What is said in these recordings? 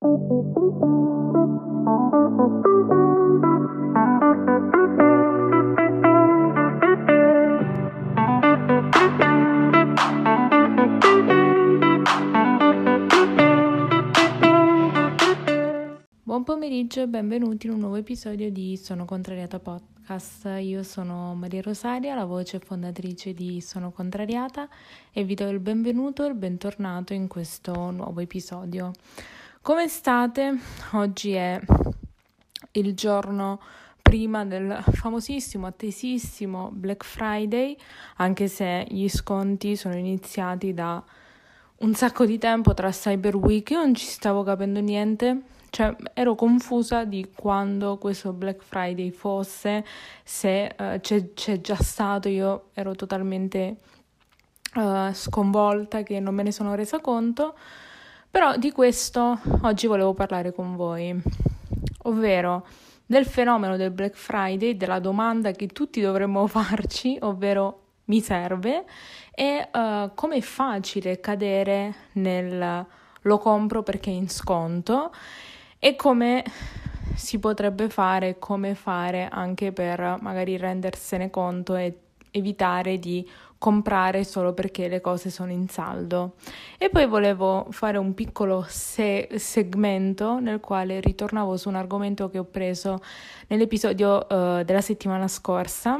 Buon pomeriggio e benvenuti in un nuovo episodio di Sono Contrariata Podcast. Io sono Maria Rosaria, la voce fondatrice di Sono Contrariata, e vi do il benvenuto e il bentornato in questo nuovo episodio. Come state? Oggi è il giorno prima del famosissimo, attesissimo Black Friday, anche se gli sconti sono iniziati da un sacco di tempo tra Cyber Week. Io non ci stavo capendo niente. Cioè, ero confusa di quando questo Black Friday fosse, se c'è già stato. Io ero totalmente sconvolta, che non me ne sono resa conto, però di questo oggi volevo parlare con voi, ovvero del fenomeno del Black Friday, della domanda che tutti dovremmo farci, ovvero mi serve, e come è facile cadere nel lo compro perché è in sconto, e come si potrebbe fare, come fare anche per magari rendersene conto e evitare di comprare solo perché le cose sono in saldo. E poi volevo fare un piccolo segmento nel quale ritornavo su un argomento che ho preso nell'episodio della settimana scorsa,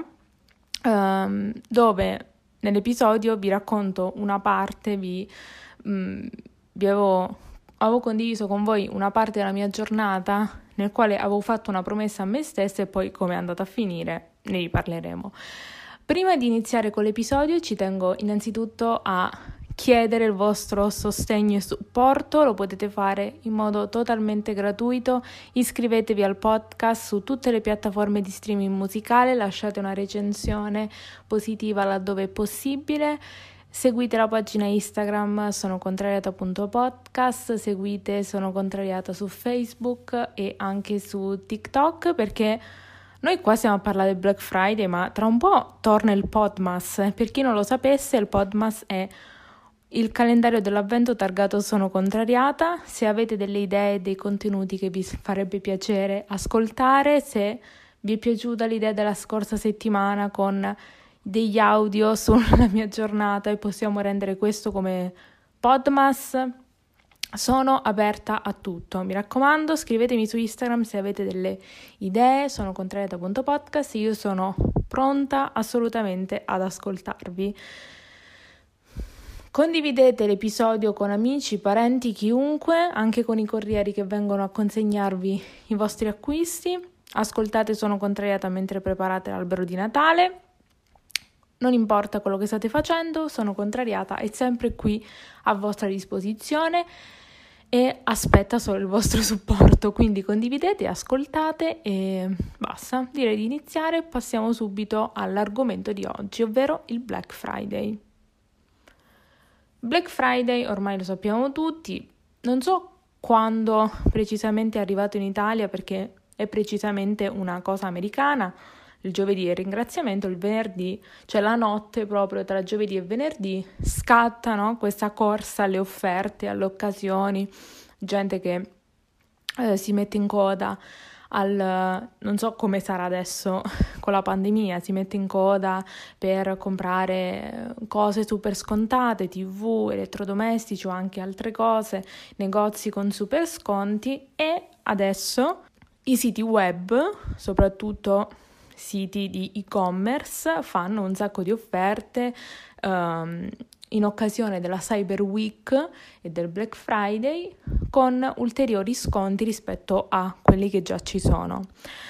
dove nell'episodio vi racconto una parte, avevo condiviso con voi una parte della mia giornata nel quale avevo fatto una promessa a me stessa, e poi come è andata a finire ne riparleremo. Prima di iniziare con l'episodio ci tengo innanzitutto a chiedere il vostro sostegno e supporto. Lo potete fare in modo totalmente gratuito. Iscrivetevi al podcast su tutte le piattaforme di streaming musicale, lasciate una recensione positiva laddove è possibile. Seguite la pagina Instagram sonocontrariata.podcast, seguite Sono Contrariata su Facebook e anche su TikTok, perché noi qua stiamo a parlare del Black Friday, ma tra un po' torna il Podmas. Per chi non lo sapesse, il Podmas è il calendario dell'avvento targato Sono Contrariata. Se avete delle idee, dei contenuti che vi farebbe piacere ascoltare, se vi è piaciuta l'idea della scorsa settimana con degli audio sulla mia giornata e possiamo rendere questo come Podmas, sono aperta a tutto. Mi raccomando, scrivetemi su Instagram se avete delle idee. Sono contrariata.podcast, io sono pronta assolutamente ad ascoltarvi. Condividete l'episodio con amici, parenti, chiunque, anche con i corrieri che vengono a consegnarvi i vostri acquisti. Ascoltate Sono Contrariata mentre preparate l'albero di Natale. Non importa quello che state facendo, Sono Contrariata è sempre qui a vostra disposizione e aspetta solo il vostro supporto. Quindi condividete, ascoltate e basta. Direi di iniziare. Passiamo subito all'argomento di oggi, ovvero il Black Friday. Black Friday ormai lo sappiamo tutti, non so quando precisamente è arrivato in Italia, perché è precisamente una cosa americana. Il giovedì è il ringraziamento, il venerdì, cioè la notte proprio tra giovedì e venerdì, scatta, no? Questa corsa alle offerte, alle occasioni, gente che si mette in coda non so come sarà adesso con la pandemia, si mette in coda per comprare cose super scontate, TV, elettrodomestici o anche altre cose, negozi con super sconti. E adesso i siti web, soprattutto siti di e-commerce, fanno un sacco di offerte in occasione della Cyber Week e del Black Friday, con ulteriori sconti rispetto a quelli che già ci sono.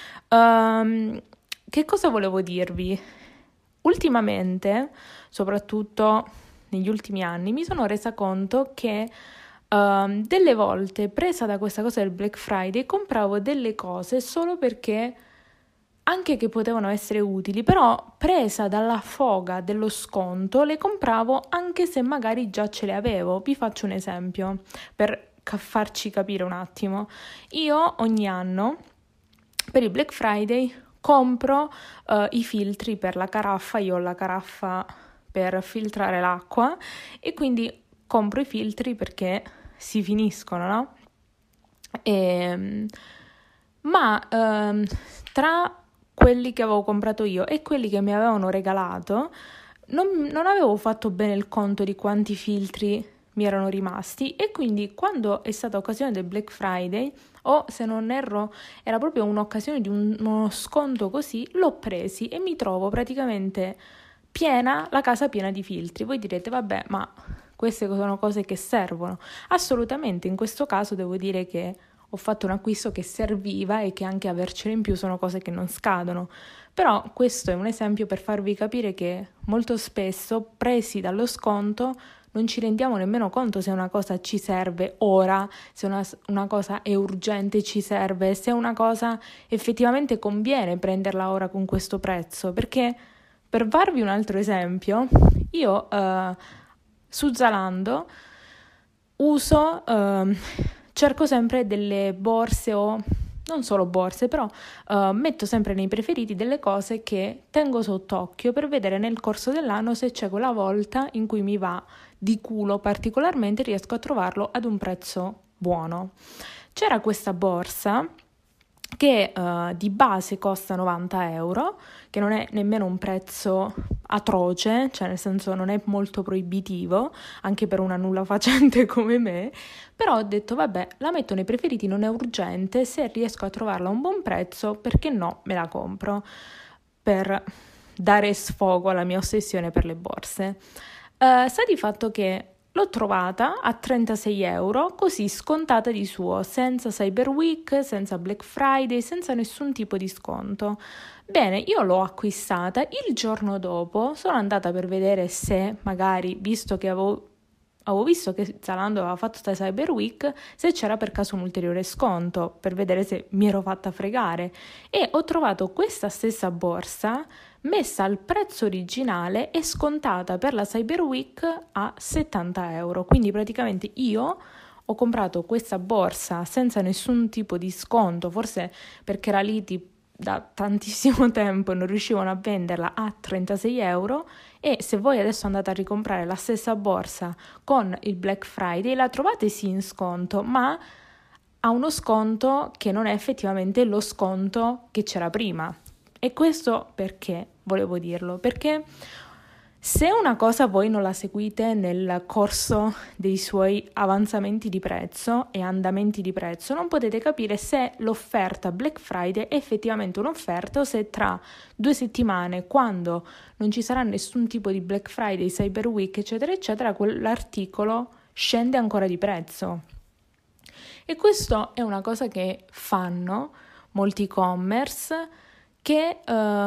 Che cosa volevo dirvi? Ultimamente, soprattutto negli ultimi anni, mi sono resa conto che delle volte, presa da questa cosa del Black Friday, compravo delle cose solo perché, anche che potevano essere utili, però presa dalla foga dello sconto le compravo anche se magari già ce le avevo. Vi faccio un esempio per farci capire un attimo. Io ogni anno per il Black Friday compro i filtri per la caraffa. Io ho la caraffa per filtrare l'acqua e quindi compro i filtri perché si finiscono, no? Ma tra quelli che avevo comprato io e quelli che mi avevano regalato non avevo fatto bene il conto di quanti filtri mi erano rimasti, e quindi quando è stata occasione del Black Friday, o se non erro era proprio un'occasione di uno sconto così, l'ho presi e mi trovo praticamente la casa piena di filtri. Voi direte, vabbè, ma queste sono cose che servono. Assolutamente, in questo caso devo dire che ho fatto un acquisto che serviva e che anche avercene in più sono cose che non scadono. Però questo è un esempio per farvi capire che molto spesso, presi dallo sconto, non ci rendiamo nemmeno conto se una cosa ci serve ora, se una cosa è urgente, ci serve, se una cosa effettivamente conviene prenderla ora con questo prezzo. Perché, per farvi un altro esempio, io su Zalando cerco sempre delle borse, o non solo borse, però metto sempre nei preferiti delle cose che tengo sott'occhio per vedere nel corso dell'anno se c'è quella volta in cui mi va di culo particolarmente, riesco a trovarlo ad un prezzo buono. C'era questa borsa che di base costa 90 euro, che non è nemmeno un prezzo atroce, cioè nel senso non è molto proibitivo, anche per una nulla facente come me, però ho detto vabbè, la metto nei preferiti, non è urgente, se riesco a trovarla a un buon prezzo, perché no, me la compro, per dare sfogo alla mia ossessione per le borse. Sta di fatto che l'ho trovata a 36 euro, così scontata di suo, senza Cyber Week, senza Black Friday, senza nessun tipo di sconto. Bene, io l'ho acquistata, il giorno dopo sono andata per vedere se magari, visto che avevo visto che Zalando aveva fatto sta Cyber Week, se c'era per caso un ulteriore sconto, per vedere se mi ero fatta fregare, e ho trovato questa stessa borsa messa al prezzo originale e scontata per la Cyber Week a 70 euro. Quindi praticamente io ho comprato questa borsa senza nessun tipo di sconto, forse perché era lì da tantissimo tempo e non riuscivano a venderla a 36 euro, e se voi adesso andate a ricomprare la stessa borsa con il Black Friday la trovate sì in sconto, ma a uno sconto che non è effettivamente lo sconto che c'era prima. E questo perché volevo dirlo? Perché se una cosa voi non la seguite nel corso dei suoi avanzamenti di prezzo e andamenti di prezzo, non potete capire se l'offerta Black Friday è effettivamente un'offerta o se tra 2 settimane, quando non ci sarà nessun tipo di Black Friday, Cyber Week, eccetera, eccetera, quell'articolo scende ancora di prezzo. E questo è una cosa che fanno molti e-commerce, che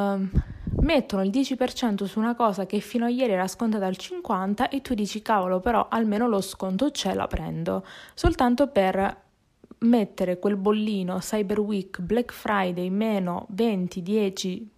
mettono il 10% su una cosa che fino a ieri era scontata al 50% e tu dici cavolo, però almeno lo sconto c'è, la prendo, soltanto per mettere quel bollino Cyber Week, Black Friday, meno 20, 10,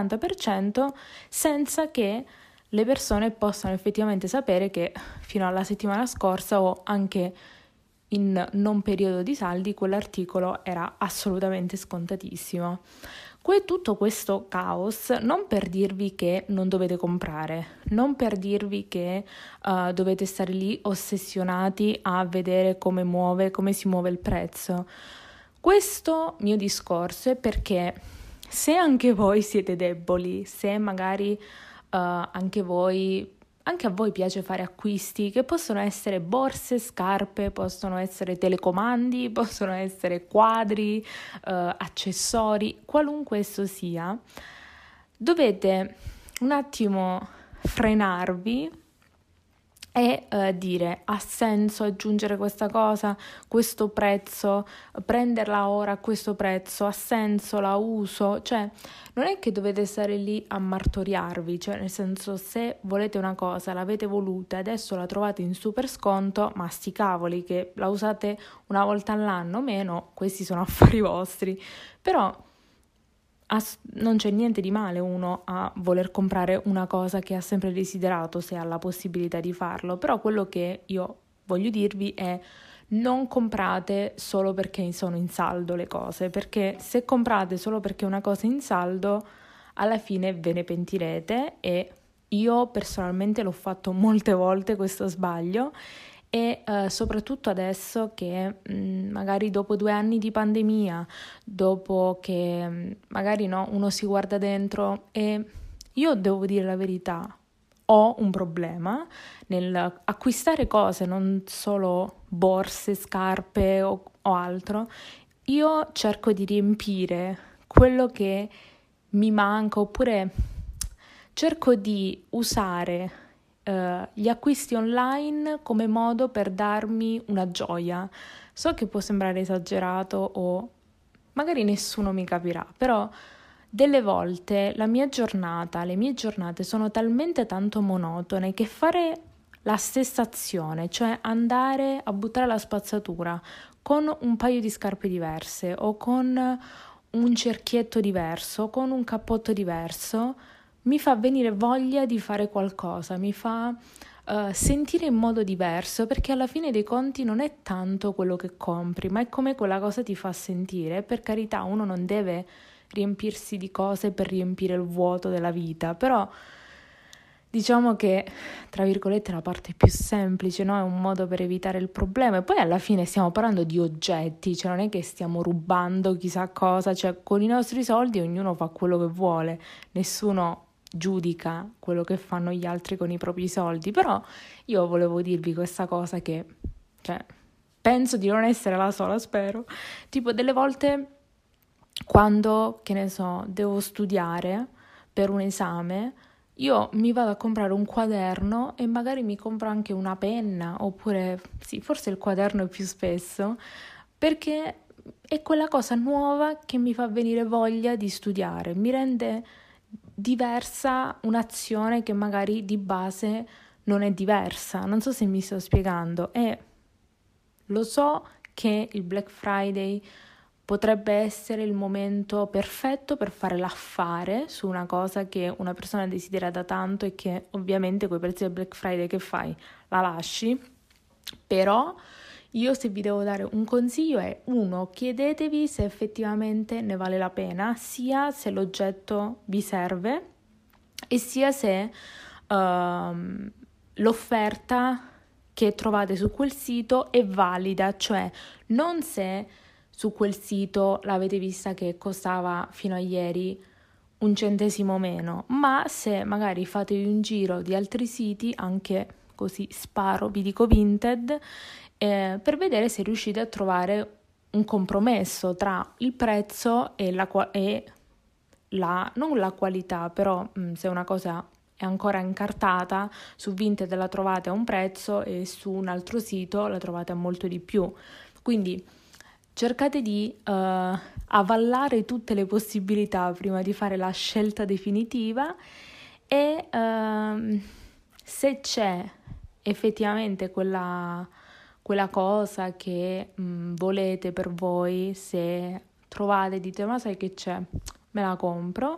40%, senza che le persone possano effettivamente sapere che fino alla settimana scorsa o anche in non periodo di saldi quell'articolo era assolutamente scontatissimo. Tutto questo caos non per dirvi che non dovete comprare, non per dirvi che dovete stare lì ossessionati a vedere come si muove il prezzo. Questo mio discorso è perché se anche voi siete deboli, se magari anche a voi piace fare acquisti che possono essere borse, scarpe, possono essere telecomandi, possono essere quadri, accessori, qualunque esso sia, dovete un attimo frenarvi e dire: ha senso aggiungere questa cosa, questo prezzo, prenderla ora a questo prezzo, ha senso, la uso? Cioè, non è che dovete stare lì a martoriarvi, cioè nel senso, se volete una cosa, l'avete voluta e adesso la trovate in super sconto, ma sti cavoli, che la usate una volta all'anno meno, questi sono affari vostri. Però non c'è niente di male uno a voler comprare una cosa che ha sempre desiderato, se ha la possibilità di farlo, però quello che io voglio dirvi è: non comprate solo perché sono in saldo le cose, perché se comprate solo perché una cosa è in saldo, alla fine ve ne pentirete, e io personalmente l'ho fatto molte volte questo sbaglio, e soprattutto adesso che magari dopo 2 anni di pandemia, dopo che magari uno si guarda dentro, e io devo dire la verità, ho un problema nel acquistare cose, non solo borse, scarpe o altro. Io cerco di riempire quello che mi manca, oppure cerco di usare gli acquisti online come modo per darmi una gioia. So che può sembrare esagerato o magari nessuno mi capirà, però delle volte le mie giornate sono talmente tanto monotone che fare la stessa azione, cioè andare a buttare la spazzatura con un paio di scarpe diverse o con un cerchietto diverso, con un cappotto diverso, mi fa venire voglia di fare qualcosa, mi fa sentire in modo diverso, perché alla fine dei conti non è tanto quello che compri, ma è come quella cosa ti fa sentire. Per carità, uno non deve riempirsi di cose per riempire il vuoto della vita, però diciamo che, tra virgolette, la parte più semplice, no? È un modo per evitare il problema. E poi alla fine stiamo parlando di oggetti, cioè non è che stiamo rubando chissà cosa, cioè con i nostri soldi ognuno fa quello che vuole, nessuno giudica quello che fanno gli altri con i propri soldi. Però io volevo dirvi questa cosa che, cioè, penso di non essere la sola, spero. Tipo, delle volte quando, che ne so, devo studiare per un esame, io mi vado a comprare un quaderno e magari mi compro anche una penna, oppure sì, forse il quaderno è più spesso, perché è quella cosa nuova che mi fa venire voglia di studiare, mi rende diversa un'azione che magari di base non è diversa. Non so se mi sto spiegando. E lo so che il Black Friday potrebbe essere il momento perfetto per fare l'affare su una cosa che una persona desidera da tanto e che ovviamente coi prezzi del Black Friday che fai? La lasci. Però io, se vi devo dare un consiglio, è: 1, chiedetevi se effettivamente ne vale la pena, sia se l'oggetto vi serve e sia se l'offerta che trovate su quel sito è valida, cioè non se su quel sito l'avete vista che costava fino a ieri un centesimo meno, ma se magari fate un giro di altri siti, anche così sparo, vi dico Vinted, per vedere se riuscite a trovare un compromesso tra il prezzo e non la qualità, però se una cosa è ancora incartata, su Vinted la trovate a un prezzo e su un altro sito la trovate a molto di più. Quindi cercate di avallare tutte le possibilità prima di fare la scelta definitiva, e se c'è effettivamente quella cosa che volete per voi, se trovate, dite: ma sai che c'è, me la compro,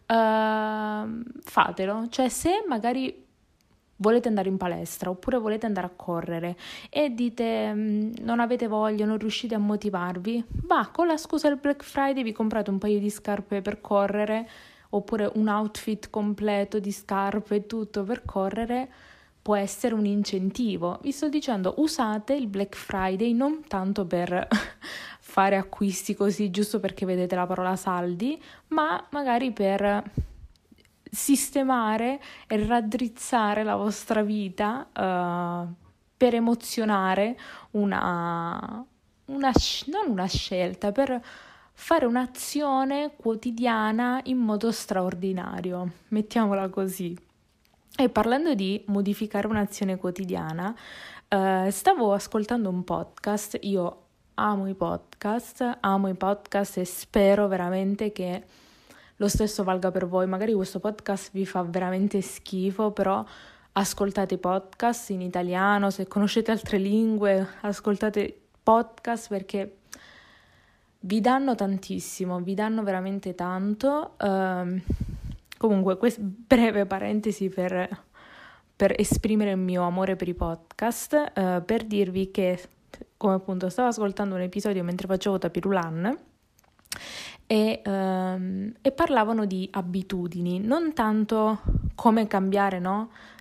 fatelo. Cioè, se magari volete andare in palestra oppure volete andare a correre e dite non avete voglia, non riuscite a motivarvi, con la scusa del Black Friday vi comprate un paio di scarpe per correre, oppure un outfit completo di scarpe e tutto per correre. Può essere un incentivo. Vi sto dicendo, usate il Black Friday non tanto per fare acquisti così giusto perché vedete la parola saldi, ma magari per sistemare e raddrizzare la vostra vita, per emozionare non una scelta, per fare un'azione quotidiana in modo straordinario, mettiamola così. E parlando di modificare un'azione quotidiana, stavo ascoltando un podcast. Io amo i podcast e spero veramente che lo stesso valga per voi. Magari questo podcast vi fa veramente schifo, però ascoltate podcast in italiano, se conoscete altre lingue, ascoltate podcast perché vi danno tantissimo, vi danno veramente tanto. Comunque, questa breve parentesi per esprimere il mio amore per i podcast, per dirvi che, come appunto, stavo ascoltando un episodio mentre facevo tapirulan e parlavano di abitudini, non tanto come cambiare, no?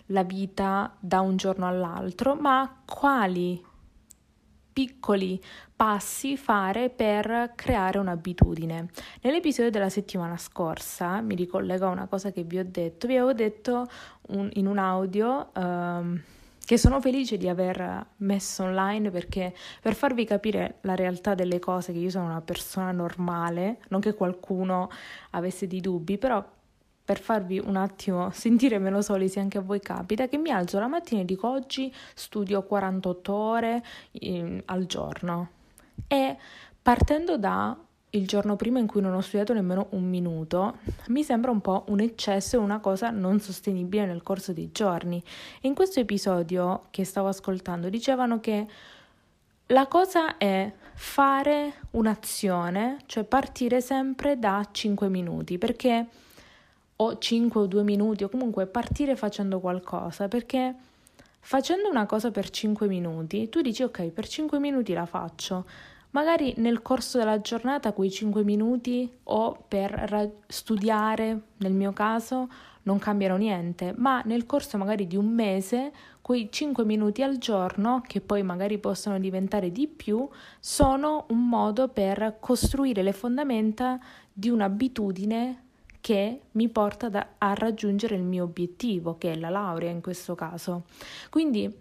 la vita da un giorno all'altro, ma quali piccoli passi fare per creare un'abitudine. Nell'episodio della settimana scorsa, mi ricollego a una cosa che vi avevo detto in un audio che sono felice di aver messo online, perché per farvi capire la realtà delle cose, che io sono una persona normale, non che qualcuno avesse dei dubbi, però per farvi un attimo sentire meno soli, se anche a voi capita, che mi alzo la mattina e dico oggi studio 48 ore al giorno, e partendo da il giorno prima in cui non ho studiato nemmeno un minuto, mi sembra un po' un eccesso e una cosa non sostenibile nel corso dei giorni. E in questo episodio che stavo ascoltando dicevano che la cosa è fare un'azione, cioè partire sempre da 5 minuti, perché o 5 o 2 minuti, o comunque partire facendo qualcosa, perché facendo una cosa per 5 minuti, tu dici ok, per 5 minuti la faccio, magari nel corso della giornata quei 5 minuti o per studiare, nel mio caso, non cambiano niente, ma nel corso magari di un mese, quei 5 minuti al giorno, che poi magari possono diventare di più, sono un modo per costruire le fondamenta di un'abitudine che mi porta a raggiungere il mio obiettivo, che è la laurea in questo caso. Quindi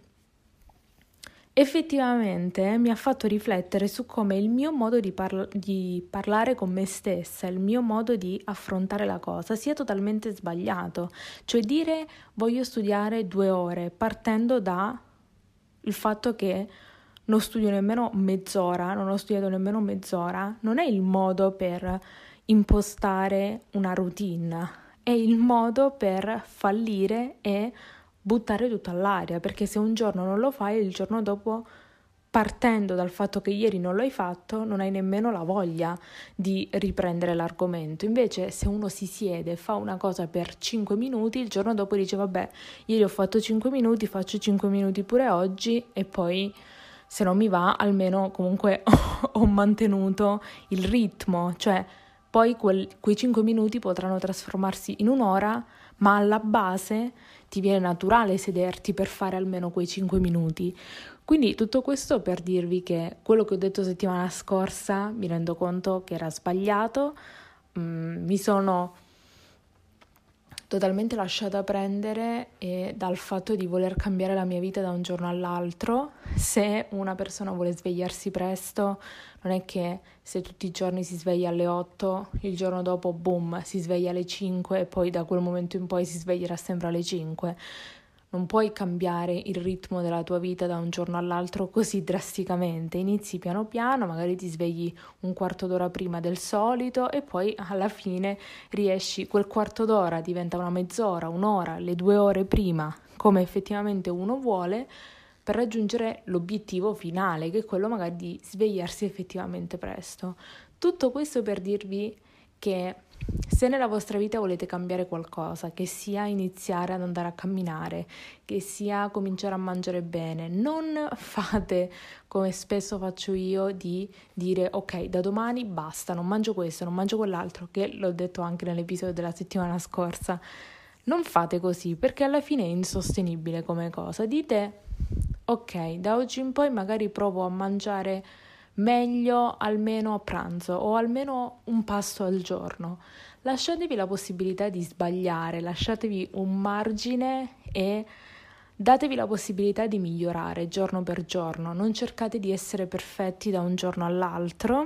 effettivamente mi ha fatto riflettere su come il mio modo di parlare con me stessa, il mio modo di affrontare la cosa sia totalmente sbagliato. Cioè dire voglio studiare 2 ore partendo da il fatto che non ho studiato nemmeno mezz'ora, non è il modo per impostare una routine, è il modo per fallire e buttare tutto all'aria, perché se un giorno non lo fai, il giorno dopo, partendo dal fatto che ieri non l'hai fatto, non hai nemmeno la voglia di riprendere l'argomento. Invece se uno si siede e fa una cosa per 5 minuti, il giorno dopo dice vabbè, ieri ho fatto 5 minuti, faccio 5 minuti pure oggi, e poi se non mi va almeno comunque ho mantenuto il ritmo, cioè poi quei 5 minuti potranno trasformarsi in un'ora, ma alla base ti viene naturale sederti per fare almeno quei 5 minuti. Quindi tutto questo per dirvi che quello che ho detto settimana scorsa mi rendo conto che era sbagliato, mi sono totalmente lasciata prendere dal fatto di voler cambiare la mia vita da un giorno all'altro. Se una persona vuole svegliarsi presto, non è che se tutti i giorni si sveglia alle 8, il giorno dopo boom, si sveglia alle 5 e poi da quel momento in poi si sveglierà sempre alle 5. Non puoi cambiare il ritmo della tua vita da un giorno all'altro così drasticamente. Inizi piano piano, magari ti svegli un quarto d'ora prima del solito e poi alla fine riesci, quel quarto d'ora diventa una mezz'ora, un'ora, le 2 ore prima, come effettivamente uno vuole, per raggiungere l'obiettivo finale, che è quello magari di svegliarsi effettivamente presto. Tutto questo per dirvi che se nella vostra vita volete cambiare qualcosa, che sia iniziare ad andare a camminare, che sia cominciare a mangiare bene, non fate come spesso faccio io di dire ok, da domani basta, non mangio questo, non mangio quell'altro, che l'ho detto anche nell'episodio della settimana scorsa. Non fate così, perché alla fine è insostenibile come cosa. Dite ok, da oggi in poi magari provo a mangiare meglio almeno a pranzo o almeno un pasto al giorno. Lasciatevi la possibilità di sbagliare, lasciatevi un margine e datevi la possibilità di migliorare giorno per giorno. Non cercate di essere perfetti da un giorno all'altro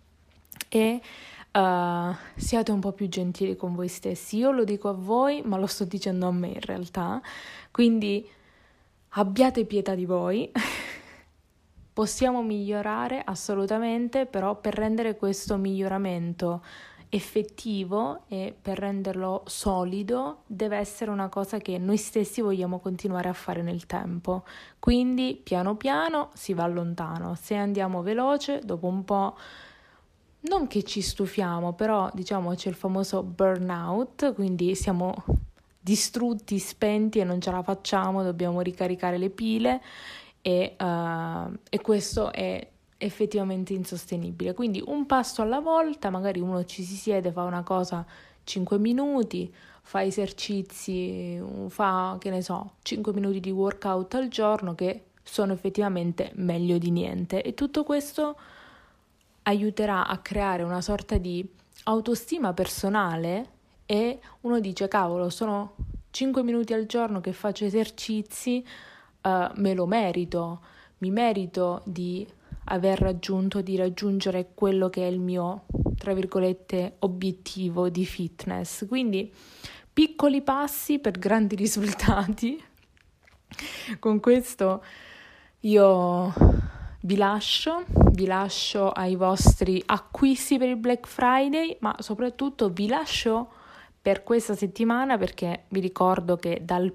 e siate un po' più gentili con voi stessi. Io lo dico a voi, ma lo sto dicendo a me in realtà, quindi abbiate pietà di voi. Possiamo migliorare assolutamente, però per rendere questo miglioramento effettivo e per renderlo solido deve essere una cosa che noi stessi vogliamo continuare a fare nel tempo. Quindi piano piano si va lontano. Se andiamo veloce, dopo un po', non che ci stufiamo, però diciamo c'è il famoso burnout, quindi siamo distrutti, spenti e non ce la facciamo, dobbiamo ricaricare le pile. E questo è effettivamente insostenibile. Quindi un passo alla volta, magari uno ci si siede, fa una cosa 5 minuti, fa esercizi, fa, 5 minuti di workout al giorno che sono effettivamente meglio di niente, e tutto questo aiuterà a creare una sorta di autostima personale, e uno dice cavolo, sono 5 minuti al giorno che faccio esercizi, me lo merito, mi merito di raggiungere quello che è il mio, tra virgolette, obiettivo di fitness. Quindi piccoli passi per grandi risultati. Con questo io vi lascio ai vostri acquisti per il Black Friday, ma soprattutto vi lascio per questa settimana, perché vi ricordo che dal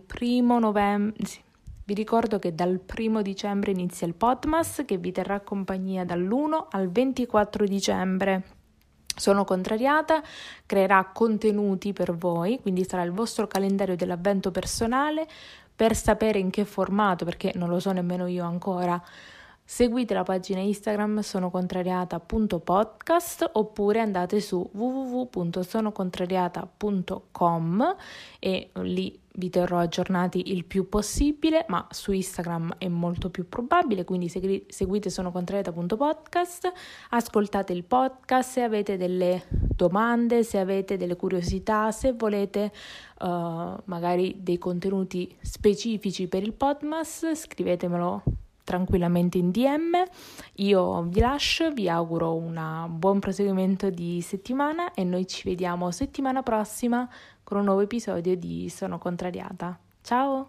1 dicembre inizia il Podmas, che vi terrà compagnia dall'1 al 24 dicembre. Sono Contrariata, creerà contenuti per voi, quindi sarà il vostro calendario dell'avvento personale. Per sapere in che formato, perché non lo so nemmeno io ancora, seguite la pagina Instagram sonocontrariata.podcast, oppure andate su www.sonocontrariata.com e lì vi terrò aggiornati il più possibile, ma su Instagram è molto più probabile, quindi seguite sonocontrariata.podcast, ascoltate il podcast, se avete delle domande, se avete delle curiosità, se volete magari dei contenuti specifici per il Podmas, scrivetemelo tranquillamente in DM. Io vi lascio, vi auguro un buon proseguimento di settimana e noi ci vediamo settimana prossima con un nuovo episodio di Sono Contrariata. Ciao!